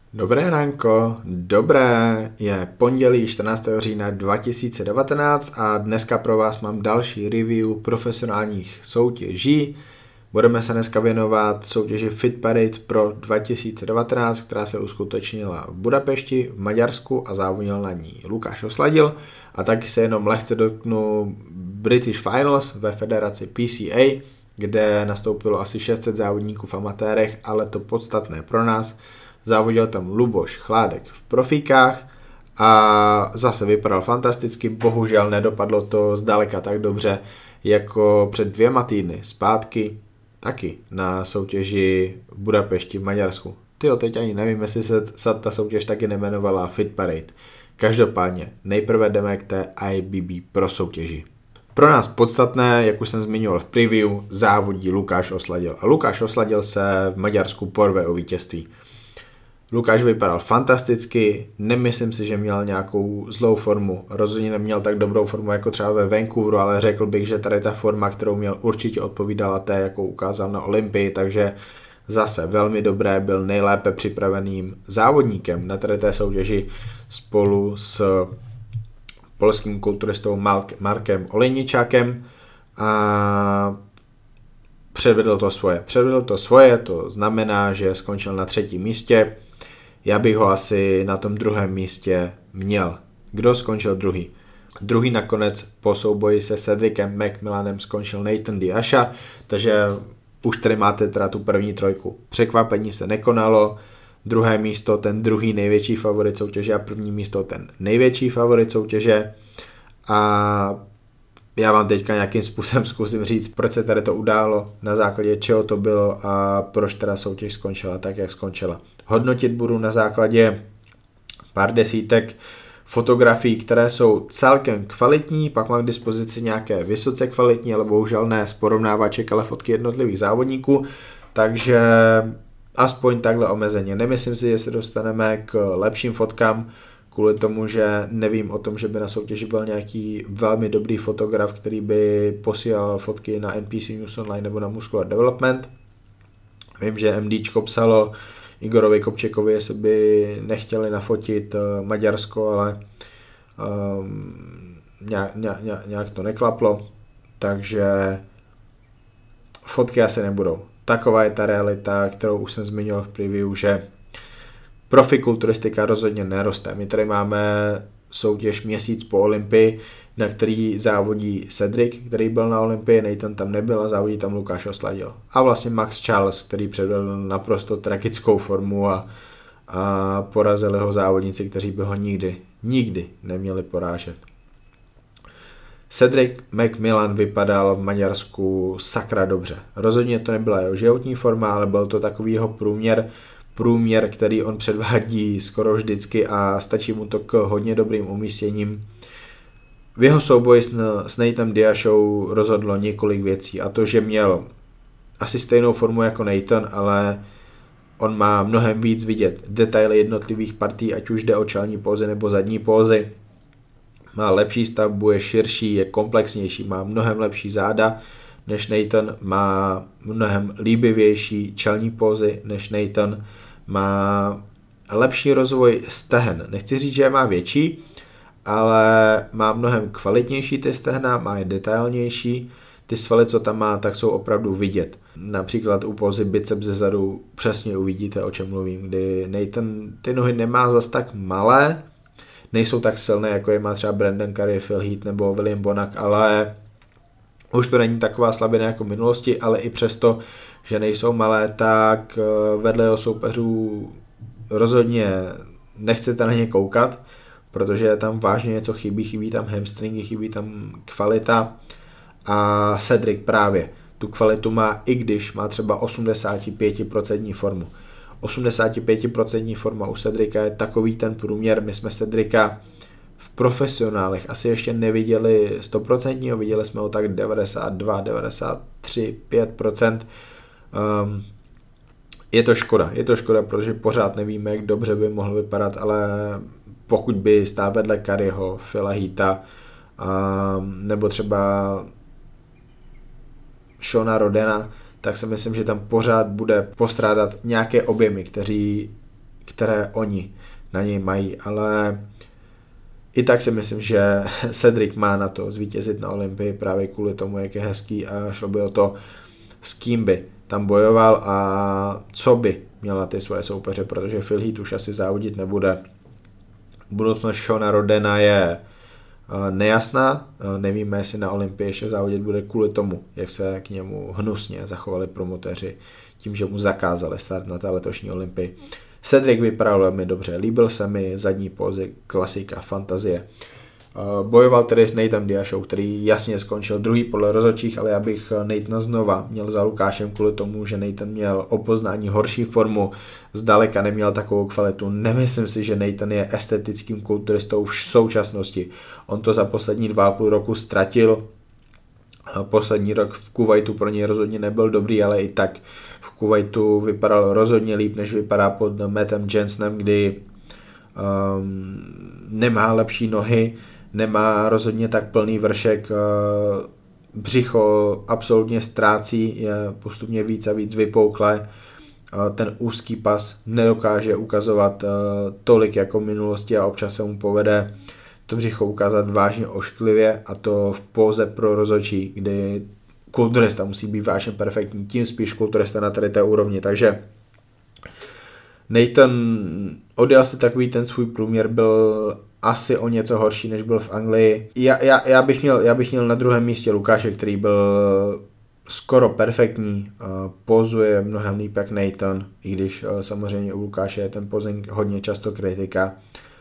Dobré ránko, dobré, je pondělí 14. října 2019 a dneska pro vás mám další review profesionálních soutěží. Budeme se dneska věnovat soutěži Fit Parade Pro 2019, která se uskutečnila v Budapešti, v Maďarsku a závodil na ní Lukáš Osladil. A taky se jenom lehce dotknu British Finals ve federaci PCA, kde nastoupilo asi 600 závodníků v amatérech, ale to podstatné pro nás. Závodil tam Luboš Chládek v profíkách a zase vypadal fantasticky, bohužel nedopadlo to zdaleka tak dobře jako před 2 týdny zpátky, taky na soutěži v Budapešti v Maďarsku. Tyjo, teď ani nevím, jestli se ta soutěž taky nemenovala Fit Parade. Každopádně, nejprve jdeme k té IBB Pro soutěži. Pro nás podstatné, jak už jsem zmiňoval v preview, závodí Lukáš Osladil. A Lukáš Osladil se v Maďarsku porve o vítězství. Lukáš vypadal fantasticky, nemyslím si, že měl nějakou zlou formu, rozhodně neměl tak dobrou formu jako třeba ve Vancouveru, ale řekl bych, že tady ta forma, kterou měl, určitě odpovídala té, jakou ukázal na Olympii, takže zase velmi dobré, byl nejlépe připraveným závodníkem na tady té soutěži spolu s polským kulturistou Markem Olejničákem a předvedl to svoje, to znamená, že skončil na 3. místě. Já bych ho asi na tom 2. místě měl. Kdo skončil druhý? Druhý nakonec po souboji se Cedricem McMillanem skončil Nathan Diasha, takže už tady máte teda tu první trojku. Překvapení se nekonalo, 2. místo ten druhý největší favorit soutěže a 1. místo ten největší favorit soutěže a já vám teďka nějakým způsobem zkusím říct, proč se tady to událo, na základě čeho to bylo a proč teda soutěž skončila tak, jak skončila. Hodnotit budu na základě pár desítek fotografií, které jsou celkem kvalitní, pak mám k dispozici nějaké vysoce kvalitní, ale bohužel ne z porovnávaček, ale fotky jednotlivých závodníků, takže aspoň takhle omezeně. Nemyslím si, že se dostaneme k lepším fotkám, kvůli tomu, že nevím o tom, že by na soutěži byl nějaký velmi dobrý fotograf, který by posílal fotky na NPC News Online nebo na Muscular Development. Vím, že MDčko psalo Igorovi Kopčekovi, jestli by nechtěli nafotit Maďarsko, ale nějak to neklaplo, takže fotky asi nebudou. Taková je ta realita, kterou už jsem zmiňoval v preview, že profikulturistika rozhodně neroste. My tady máme soutěž měsíc po Olympii, na který závodí Cedric, který byl na Olympii, Nathan tam nebyl a závodí tam Lukáš Osladil. A vlastně Max Charles, který předvedl naprosto tragickou formu a porazili ho závodníci, kteří by ho nikdy neměli porážet. Cedric McMillan vypadal v Maďarsku sakra dobře. Rozhodně to nebyla jeho životní forma, ale byl to takový jeho průměr, který on předvádí skoro vždycky a stačí mu to k hodně dobrým umístěním. V jeho souboji s Nathanem Diashou rozhodlo několik věcí a to, že měl asi stejnou formu jako Nathan, ale on má mnohem víc vidět detaily jednotlivých partí, ať už jde o čelní pózy nebo zadní pózy. Má lepší stavbu, je širší, je komplexnější, má mnohem lepší záda než Nathan, má mnohem líbivější čelní pózy než Nathan, má lepší rozvoj stehen. Nechci říct, že je má větší, ale má mnohem kvalitnější ty stehna, má je detailnější. Ty svaly, co tam má, tak jsou opravdu vidět. Například u pózy biceps ze zadu přesně uvidíte, o čem mluvím, kdy Nathan ty nohy nemá zas tak malé, nejsou tak silné, jako je má třeba Brandon Curry, Phil Heath nebo William Bonac, ale už to není taková slabina jako v minulosti, ale i přesto, že nejsou malé, tak vedle jeho soupeřů rozhodně nechcete na ně koukat, protože tam vážně něco chybí tam hamstringy, chybí tam kvalita a Cedric právě tu kvalitu má, i když má třeba 85% formu. 85% forma u Cedrica je takový ten průměr, my jsme Cedrica v profesionálech asi ještě neviděli 100%, viděli jsme ho tak 92, 93, 5%. Je to škoda, protože pořád nevíme, jak dobře by mohl vypadat, ale pokud by stál vedle Curryho, Phila Heatha, nebo třeba Shona Rodena, tak si myslím, že tam pořád bude postrádat nějaké objemy, které oni na něj mají, ale i tak si myslím, že Cedric má na to zvítězit na Olympii právě kvůli tomu, jak je hezký a šlo by o to, s kým by tam bojoval a co by měl na ty svoje soupeře, protože Phil Heath už asi závodit nebude. Budoucnost Shona Rodena je nejasná, nevíme, jestli na Olympii ještě závodit bude kvůli tomu, jak se k němu hnusně zachovali promotéři tím, že mu zakázali start na té letošní Olympii. Cedric vypadal velmi dobře, líbil se mi zadní pózy, klasika, fantazie. Bojoval tedy s Natem Diashou, který jasně skončil druhý podle rozhodčích, ale já bych Natana znova měl za Lukášem kvůli tomu, že Nathan měl o poznání horší formu, zdaleka neměl takovou kvalitu. Nemyslím si, že Nathan je estetickým kulturistou v současnosti. On to za poslední 2,5 roku ztratil. Poslední rok v Kuwaitu pro něj rozhodně nebyl dobrý, ale i tak v Kuwaitu vypadal rozhodně líp, než vypadá pod Mattem Jensenem, kdy nemá lepší nohy, nemá rozhodně tak plný vršek, břicho absolutně ztrácí, je postupně víc a víc vypouklé, ten úzký pas nedokáže ukazovat tolik jako v minulosti a občas se mu povede to břicho ukázat vážně ošklivě a to v póze pro rozhodčí, kdy kulturista musí být vážně perfektní, tím spíš kulturista na tady té úrovni, takže Nathan odjel si takový ten svůj průměr, byl asi o něco horší, než byl v Anglii. Já bych měl na druhém místě Lukáše, který byl skoro perfektní, pozuje mnohem líp jak Nathan, i když samozřejmě u Lukáše je ten posing hodně často kritika.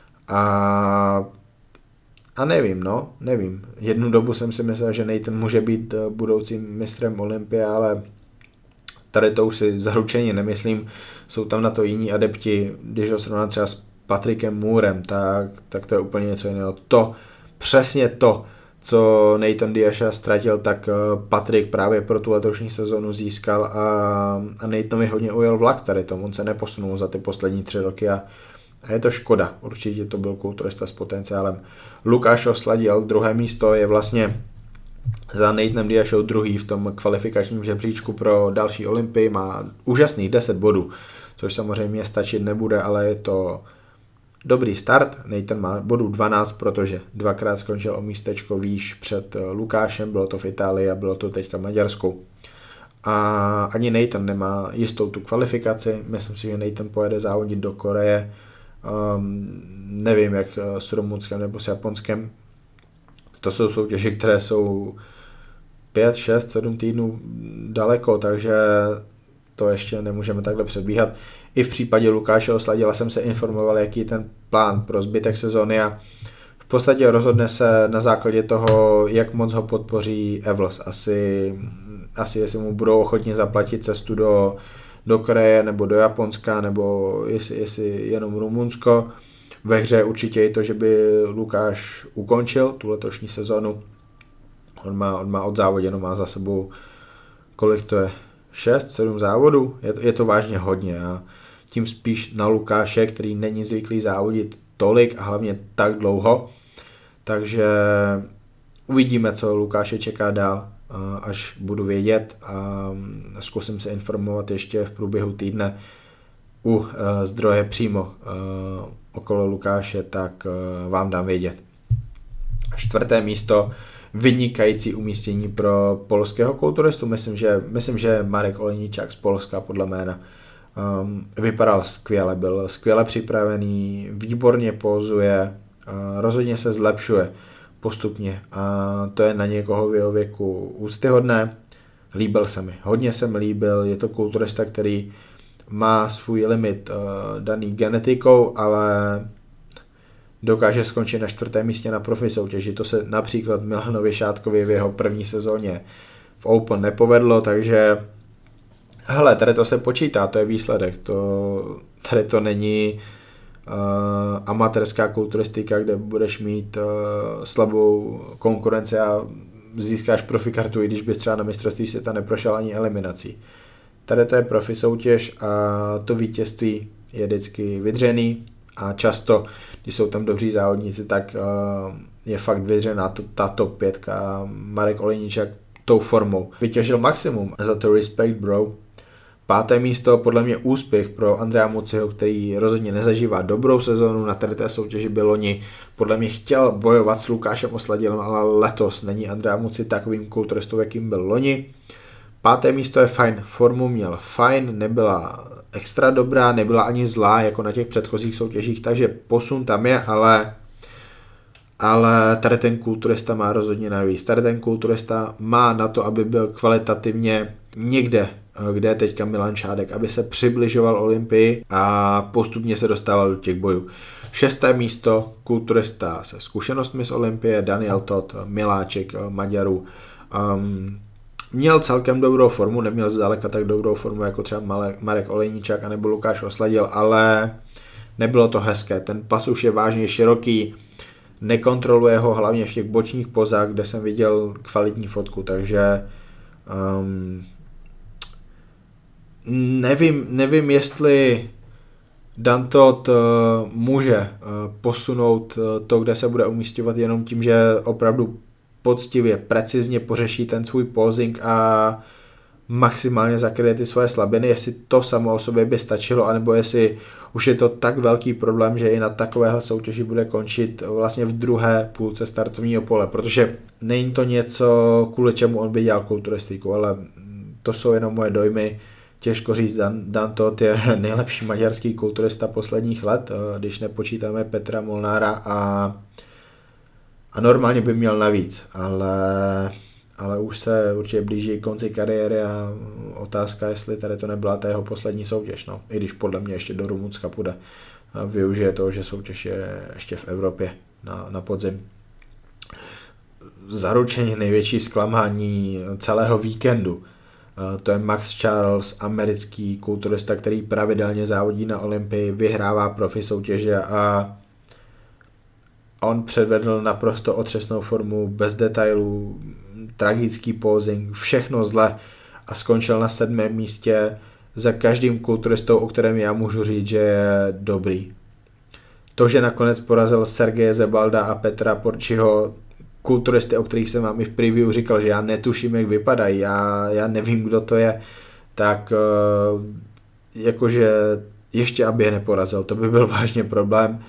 A nevím. Jednu dobu jsem si myslel, že Nathan může být budoucím mistrem Olympie, ale tady to už si zaručeně nemyslím, jsou tam na to jiní adepti, když ho srovnám třeba s Patrickem Moorem, tak to je úplně něco jiného. Přesně to, co Nathan Diasha ztratil, tak Patrick právě pro tu letošní sezonu získal a Nathanovi hodně ujel vlak tady tomu, on se neposunul za ty poslední 3 roky a je to škoda, určitě to byl kulturista s potenciálem. Lukáš Osladil, druhé místo, je vlastně za Nathanem Diashou druhý v tom kvalifikačním žebříčku pro další Olympii, má úžasných 10 bodů, což samozřejmě stačit nebude, ale je to dobrý start. Nathan má bodů 12, protože dvakrát skončil o místečko výš před Lukášem, bylo to v Itálii a bylo to teďka v Maďarsku. A ani Nathan nemá jistou tu kvalifikaci, myslím si, že Nathan pojede závodit do Koreje, nevím jak s Rumunskem nebo s Japonskem. To jsou soutěže, které jsou 5, 6, 7 týdnů daleko, takže to ještě nemůžeme takhle předbíhat. I v případě Lukáše Osladila jsem se informoval, jaký je ten plán pro zbytek sezóny a v podstatě rozhodne se na základě toho, jak moc ho podpoří Evlos. Asi jestli mu budou ochotně zaplatit cestu do Koreje nebo do Japonska, nebo jestli jenom Rumunsko. Ve hře určitě i to, že by Lukáš ukončil tu letošní sezonu. On má odzávoděno, má za sebou, kolik to je, 6-7 závodů, je to vážně hodně a tím spíš na Lukáše, který není zvyklý závodit tolik a hlavně tak dlouho, takže uvidíme, co Lukáše čeká dál, až budu vědět a zkusím se informovat ještě v průběhu týdne u zdroje přímo okolo Lukáše, tak vám dám vědět. 4. místo, vynikající umístění pro polského kulturistu, myslím, že Marek Olejničák z Polska podle jména. Vypadal skvěle, byl skvěle připravený, výborně pózuje, rozhodně se zlepšuje postupně a to je na někoho v jeho věku úctyhodné. Líbil se mi, hodně se mi líbil, je to kulturista, který má svůj limit daný genetikou, ale dokáže skončit na 4. místě na profi soutěži. To se například Milanovi Šátkovi v jeho první sezóně v Open nepovedlo, takže hele, tady to se počítá, to je výsledek. Tady to není amatérská kulturistika, kde budeš mít slabou konkurenci a získáš profi kartu, i když bys třeba na mistrovství světa neprošel ani eliminací. Tady to je profi soutěž a to vítězství je vždycky vydřený a často, když jsou tam dobří závodníci, tak je fakt vydřená ta top 5 a Marek Olejničák tou formou vytěžil maximum. Za to respect, bro. 5. místo, podle mě úspěch pro Andrea Muciho, který rozhodně nezažívá dobrou sezonu, na té soutěži byl loni, podle mě chtěl bojovat s Lukášem Osladilem, ale letos není Andrea Muci takovým kulturistou, jakým byl loni. 5. místo je fajn, formu měl fajn, nebyla extra dobrá, nebyla ani zlá, jako na těch předchozích soutěžích, takže posun tam je, ale tady ten kulturista má rozhodně navíc. Tady ten kulturista má na to, aby byl kvalitativně někde, kde je teďka Milan Šádek, aby se přibližoval Olympii a postupně se dostával do těch bojů. 6. místo, kulturista se zkušenostmi z Olympie, Daniel Todt, miláček Maďarů. Měl celkem dobrou formu, neměl zdaleka tak dobrou formu jako třeba Marek Olejníčák anebo Lukáš Osladil, ale nebylo to hezké. Ten pas už je vážně široký, nekontroluje ho hlavně v těch bočních pozách, kde jsem viděl kvalitní fotku, takže nevím, jestli Dan Todt může posunout to, kde se bude umísťovat jenom tím, že opravdu poctivě, precizně pořeší ten svůj posing a maximálně zakryje ty svoje slabiny, jestli to samo o sobě by stačilo, anebo jestli už je to tak velký problém, že i na takovéhle soutěži bude končit vlastně v druhé půlce startovního pole, protože není to něco, kvůli čemu on by dělal kulturistiku, ale to jsou jenom moje dojmy, těžko říct. Dan Todt je nejlepší maďarský kulturista posledních let, když nepočítáme Petra Molnára a normálně by měl navíc, ale už se určitě blíží konci kariéry a otázka, jestli tady to nebyla ta jeho poslední soutěž, no. I když podle mě ještě do Rumunska půjde. Využije toho, že soutěž je ještě v Evropě na podzim. Zaručeně největší zklamání celého víkendu. To je Max Charles, americký kulturista, který pravidelně závodí na Olympii, vyhrává profi soutěže a on předvedl naprosto otřesnou formu, bez detailů, tragický posing, všechno zle a skončil na 7. místě za každým kulturistou, o kterém já můžu říct, že je dobrý. To, že nakonec porazil Sergeje Zebalda a Petra Porčiho, kulturisty, o kterých jsem vám i v preview říkal, že já netuším, jak vypadají, já nevím, kdo to je, tak jakože ještě aby je neporazil, to by byl vážně problém,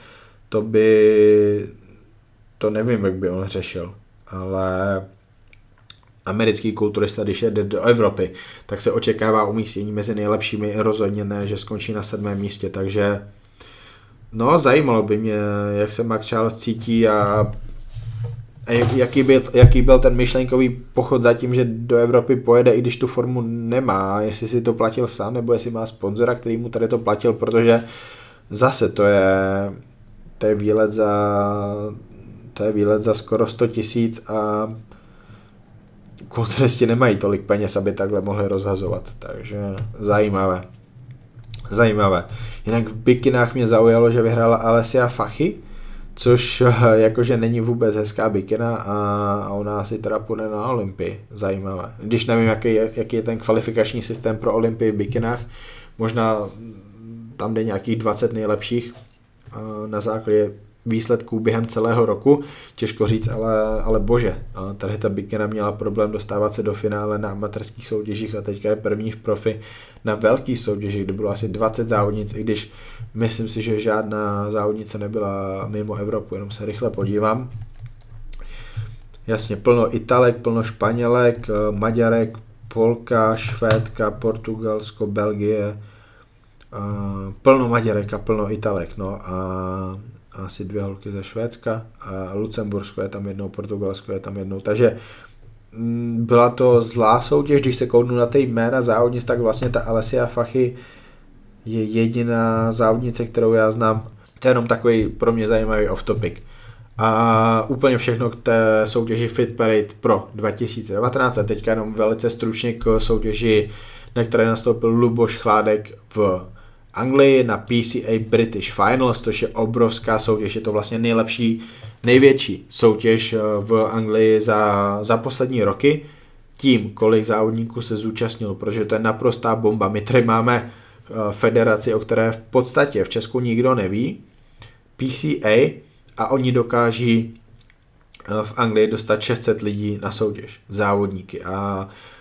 to nevím, jak by on řešil, ale americký kulturista, když jde do Evropy, tak se očekává umístění mezi nejlepšími, rozhodně ne, že skončí na 7. místě, takže no, zajímalo by mě, jak se Max Charles cítí a jaký byl ten myšlenkový pochod za tím, že do Evropy pojede, i když tu formu nemá, jestli si to platil sám, nebo jestli má sponzora, který mu tady to platil, protože zase to je výlet za skoro 100 000 a kulturisti nemají tolik peněz, aby takhle mohli rozhazovat, takže zajímavé. Jinak v bikinách mě zaujalo, že vyhrála Alessia Fachy, což jakože není vůbec hezká bikina a ona asi teda půjde na Olympii. Zajímavé. Když nevím, jaký je ten kvalifikační systém pro Olympii v bikinách, možná tam jde nějakých 20 nejlepších na základě výsledků během celého roku, těžko říct, ale bože, tady ta bikina měla problém dostávat se do finále na amatérských soutěžích a teďka je první v profi na velký soutěži, kde bylo asi 20 závodnic, i když myslím si, že žádná závodnice nebyla mimo Evropu, jenom se rychle podívám. Jasně, plno Italek, plno Španělek, Maďarek, Polka, Švédka, Portugalsko, Belgie, plno Maďarek a plno Italek, no a asi 2 holky ze Švédska a Lucembursko je tam jednou, Portugalsko je tam jednou, takže byla to zlá soutěž, když se kouknu na ty jména závodnic, tak vlastně ta Alessia Fachy je jediná závodnice, kterou já znám, to je jenom takový pro mě zajímavý off-topic. A úplně všechno k té soutěži Fit Parade Pro 2019 a teďka jenom velice stručně k soutěži, na které nastoupil Luboš Chládek v Anglii na PCA British Finals, což je obrovská soutěž, je to vlastně největší soutěž v Anglii za poslední roky, tím, kolik závodníků se zúčastnilo, protože to je naprostá bomba. My tady máme federaci, o které v podstatě v Česku nikdo neví, PCA, a oni dokáží v Anglii dostat 600 lidí na soutěž, závodníky, a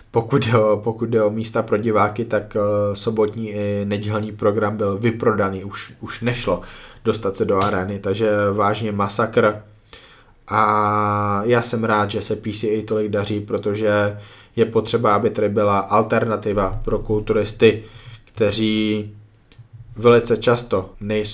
pokud jde o místa pro diváky, tak sobotní i nedělní program byl vyprodaný, už nešlo dostat se do arény, takže vážně masakr. A já jsem rád, že se PCA tolik daří, protože je potřeba, aby tady byla alternativa pro kulturisty, kteří velice často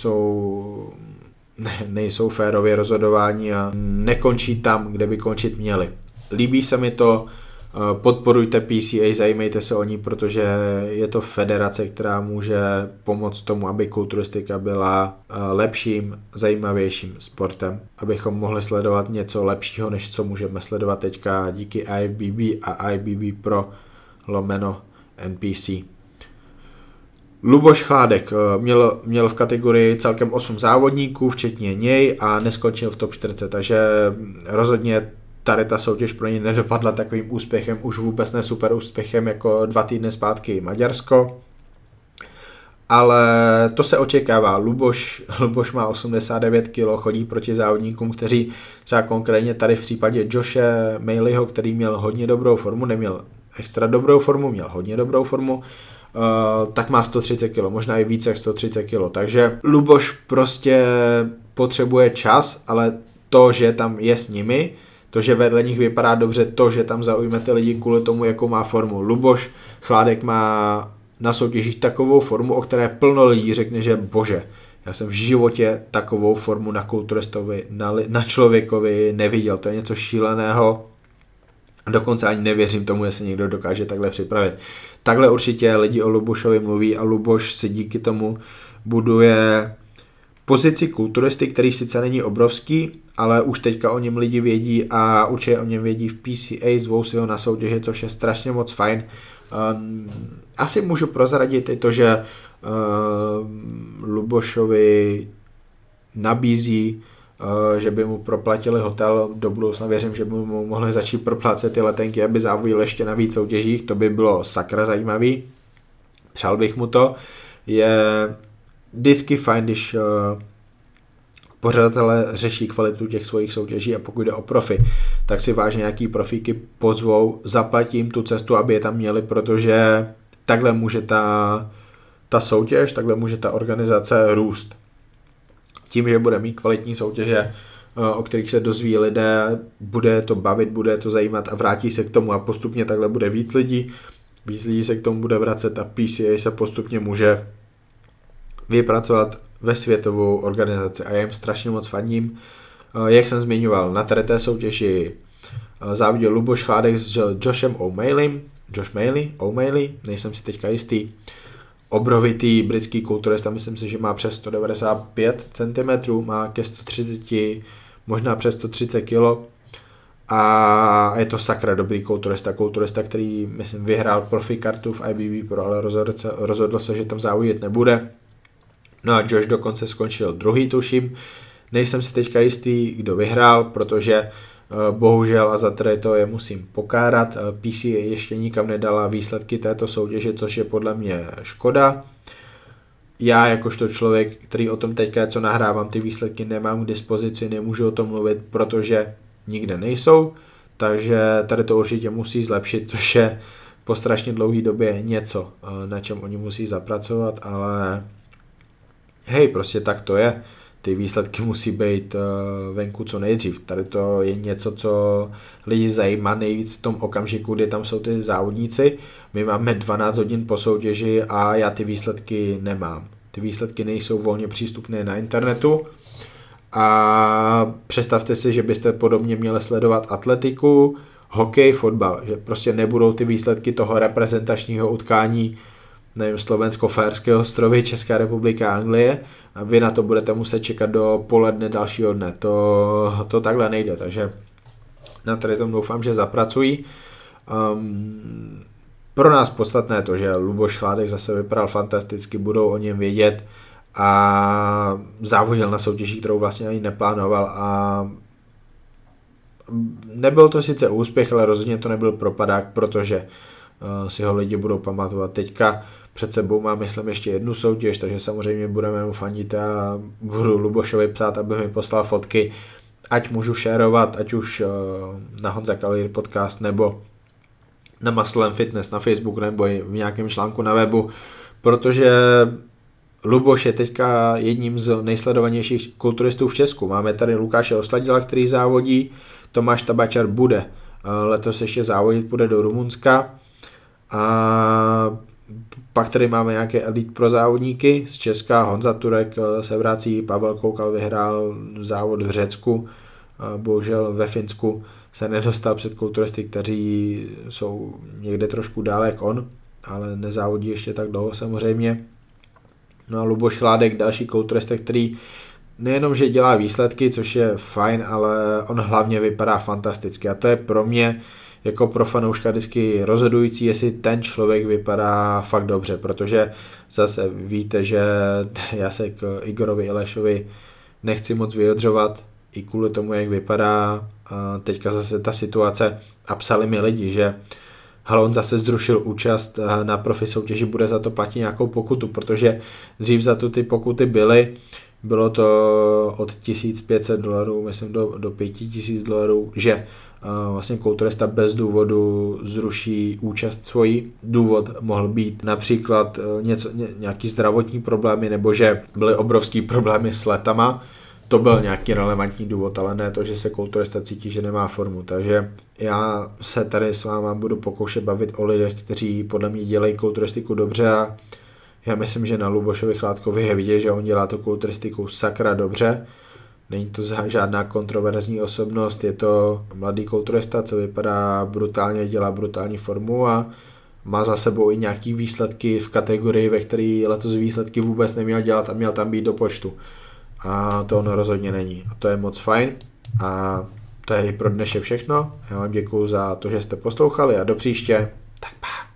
nejsou férově rozhodování a nekončí tam, kde by končit měli. Líbí se mi to, podporujte PCA, zajímejte se o ní, protože je to federace, která může pomoct tomu, aby kulturistika byla lepším, zajímavějším sportem, abychom mohli sledovat něco lepšího, než co můžeme sledovat teďka díky IFBB a IBB Pro / NPC. Luboš Chládek měl v kategorii celkem 8 závodníků, včetně něj, a neskončil v top 40, takže rozhodně tady ta soutěž pro něj nedopadla takovým úspěchem, už vůbec ne super úspěchem jako 2 týdny zpátky Maďarsko. Ale to se očekává. Luboš má 89 kg, chodí proti závodníkům, kteří třeba konkrétně tady v případě Joshe Maileyho, který měl hodně dobrou formu, neměl extra dobrou formu, měl hodně dobrou formu, tak má 130 kg, možná i více jak 130 kg. Takže Luboš prostě potřebuje čas, ale to, že tam je s nimi, to, že vedle nich vypadá dobře, to, že tam zaujmete lidi kvůli tomu, jakou má formu. Luboš Chládek má na soutěžích takovou formu, o které plno lidí řekne, že bože, já jsem v životě takovou formu na kulturistovi, na člověkovi neviděl. To je něco šíleného. Dokonce ani nevěřím tomu, že se někdo dokáže takhle připravit. Takhle určitě lidi o Lubošovi mluví a Luboš si díky tomu buduje pozici kulturisty, který sice není obrovský, ale už teďka o něm lidi vědí a určitě o něm vědí v PCA, zvou si ho na soutěže, což je strašně moc fajn. Asi můžu prozradit i to, že Lubošovi nabízí, že by mu proplatili hotel do budoucna, věřím, že by mu mohli začít proplácet ty letenky, aby závodil ještě na víc soutěžích, to by bylo sakra zajímavý, přál bych mu to. Je vždycky fajn, když pořadatelé řeší kvalitu těch svých soutěží a pokud jde o profi, tak si vážně nějaký profíky pozvou, zaplatí jim tu cestu, aby je tam měli, protože takhle může ta soutěž, takhle může ta organizace růst. Tím, že bude mít kvalitní soutěže, o kterých se dozví lidé, bude to bavit, bude to zajímat a vrátí se k tomu a postupně takhle bude víc lidí se k tomu bude vracet a PCA se postupně může vypracovat ve světovou organizaci a já jim strašně moc fandím. Jak jsem zmiňoval, na té soutěži závodil Luboš Chládek s Joshem O'Malley, nejsem si teďka jistý, obrovitý britský kulturista, myslím si, že má přes 195 cm, má ke 130, možná přes 130 kg a je to sakra dobrý kulturista, který, myslím, vyhrál profi kartu v IBB Pro, ale rozhodl se, že tam závodit nebude. No a Josh dokonce skončil druhý, tuším. Nejsem si teďka jistý, kdo vyhrál, protože bohužel a za to je musím pokárat. PC ještě nikam nedala výsledky této soutěže, což je podle mě škoda. Já jakožto člověk, který o tom teďka, co nahrávám, ty výsledky nemám k dispozici, nemůžu o tom mluvit, protože nikde nejsou, takže tady to určitě musí zlepšit, což je po strašně dlouhé době něco, na čem oni musí zapracovat, ale hej, prostě tak to je. Ty výsledky musí být venku co nejdřív. Tady to je něco, co lidi zajímá nejvíc v tom okamžiku, kdy tam jsou ty závodníci. My máme 12 hodin po soutěži a já ty výsledky nemám. Ty výsledky nejsou volně přístupné na internetu. A představte si, že byste podobně měli sledovat atletiku, hokej, fotbal. Že prostě nebudou ty výsledky toho reprezentačního utkání, nevím, Slovensko-Férské ostrovy, Česká republika, Anglie a vy na to budete muset čekat do poledne dalšího dne. To takhle nejde, takže na tady tomu doufám, že zapracují. Pro nás podstatné to, že Luboš Chládek zase vypadal fantasticky, budou o něm vědět a závodil na soutěži, kterou vlastně ani neplánoval a nebyl to sice úspěch, ale rozhodně to nebyl propadák, protože si ho lidi budou pamatovat. Teďka před sebou mám, myslím, ještě jednu soutěž, takže samozřejmě budeme mu fandit a budu Lubošovi psát, aby mi poslal fotky, ať můžu šerovat, ať už na Honza Kalír podcast, nebo na Muscle & Fitness na Facebooku nebo i v nějakém článku na webu, protože Luboš je teďka jedním z nejsledovanějších kulturistů v Česku. Máme tady Lukáše Osladila, který závodí, Tomáš Tabačar bude letos ještě závodit, půjde do Rumunska a pak tady máme nějaké elite pro závodníky z Česka, Honza Turek se vrací, Pavel Koukal vyhrál závod v Řecku, bohužel ve Finsku se nedostal před kulturisty, kteří jsou někde trošku dále jak on, ale nezávodí ještě tak dlouho samozřejmě. No a Luboš Chládek, další kulturista, který nejenom, že dělá výsledky, což je fajn, ale on hlavně vypadá fantasticky a to je pro mě jako pro fanouška vždycky rozhodující, jestli ten člověk vypadá fakt dobře, protože zase víte, že já se k Igorovi Ilešovi nechci moc vyjadřovat i kvůli tomu, jak vypadá teďka zase ta situace a psali mi lidi, že on zase zrušil účast na profi soutěži, bude za to platit nějakou pokutu, protože dřív za to ty pokuty bylo to od $1500, myslím do $5000, že vlastně kulturista bez důvodu zruší účast svojí. Důvod mohl být například nějaký zdravotní problémy, nebo že byly obrovský problémy s letama. To byl nějaký relevantní důvod, ale ne to, že se kulturista cítí, že nemá formu. Takže já se tady s váma budu pokoušet bavit o lidech, kteří podle mě dělají kulturistiku dobře a já myslím, že na Lubošovi Chládkovi je vidět, že on dělá tu kulturistiku sakra dobře. Není to žádná kontroverzní osobnost, je to mladý kulturista, co vypadá brutálně, dělá brutální formu a má za sebou i nějaký výsledky v kategorii, ve které letos výsledky vůbec neměl dělat a měl tam být do počtu. A to ono rozhodně není. A to je moc fajn. A to je i pro dnešek všechno. Já vám děkuju za to, že jste poslouchali a do příště. Tak pá.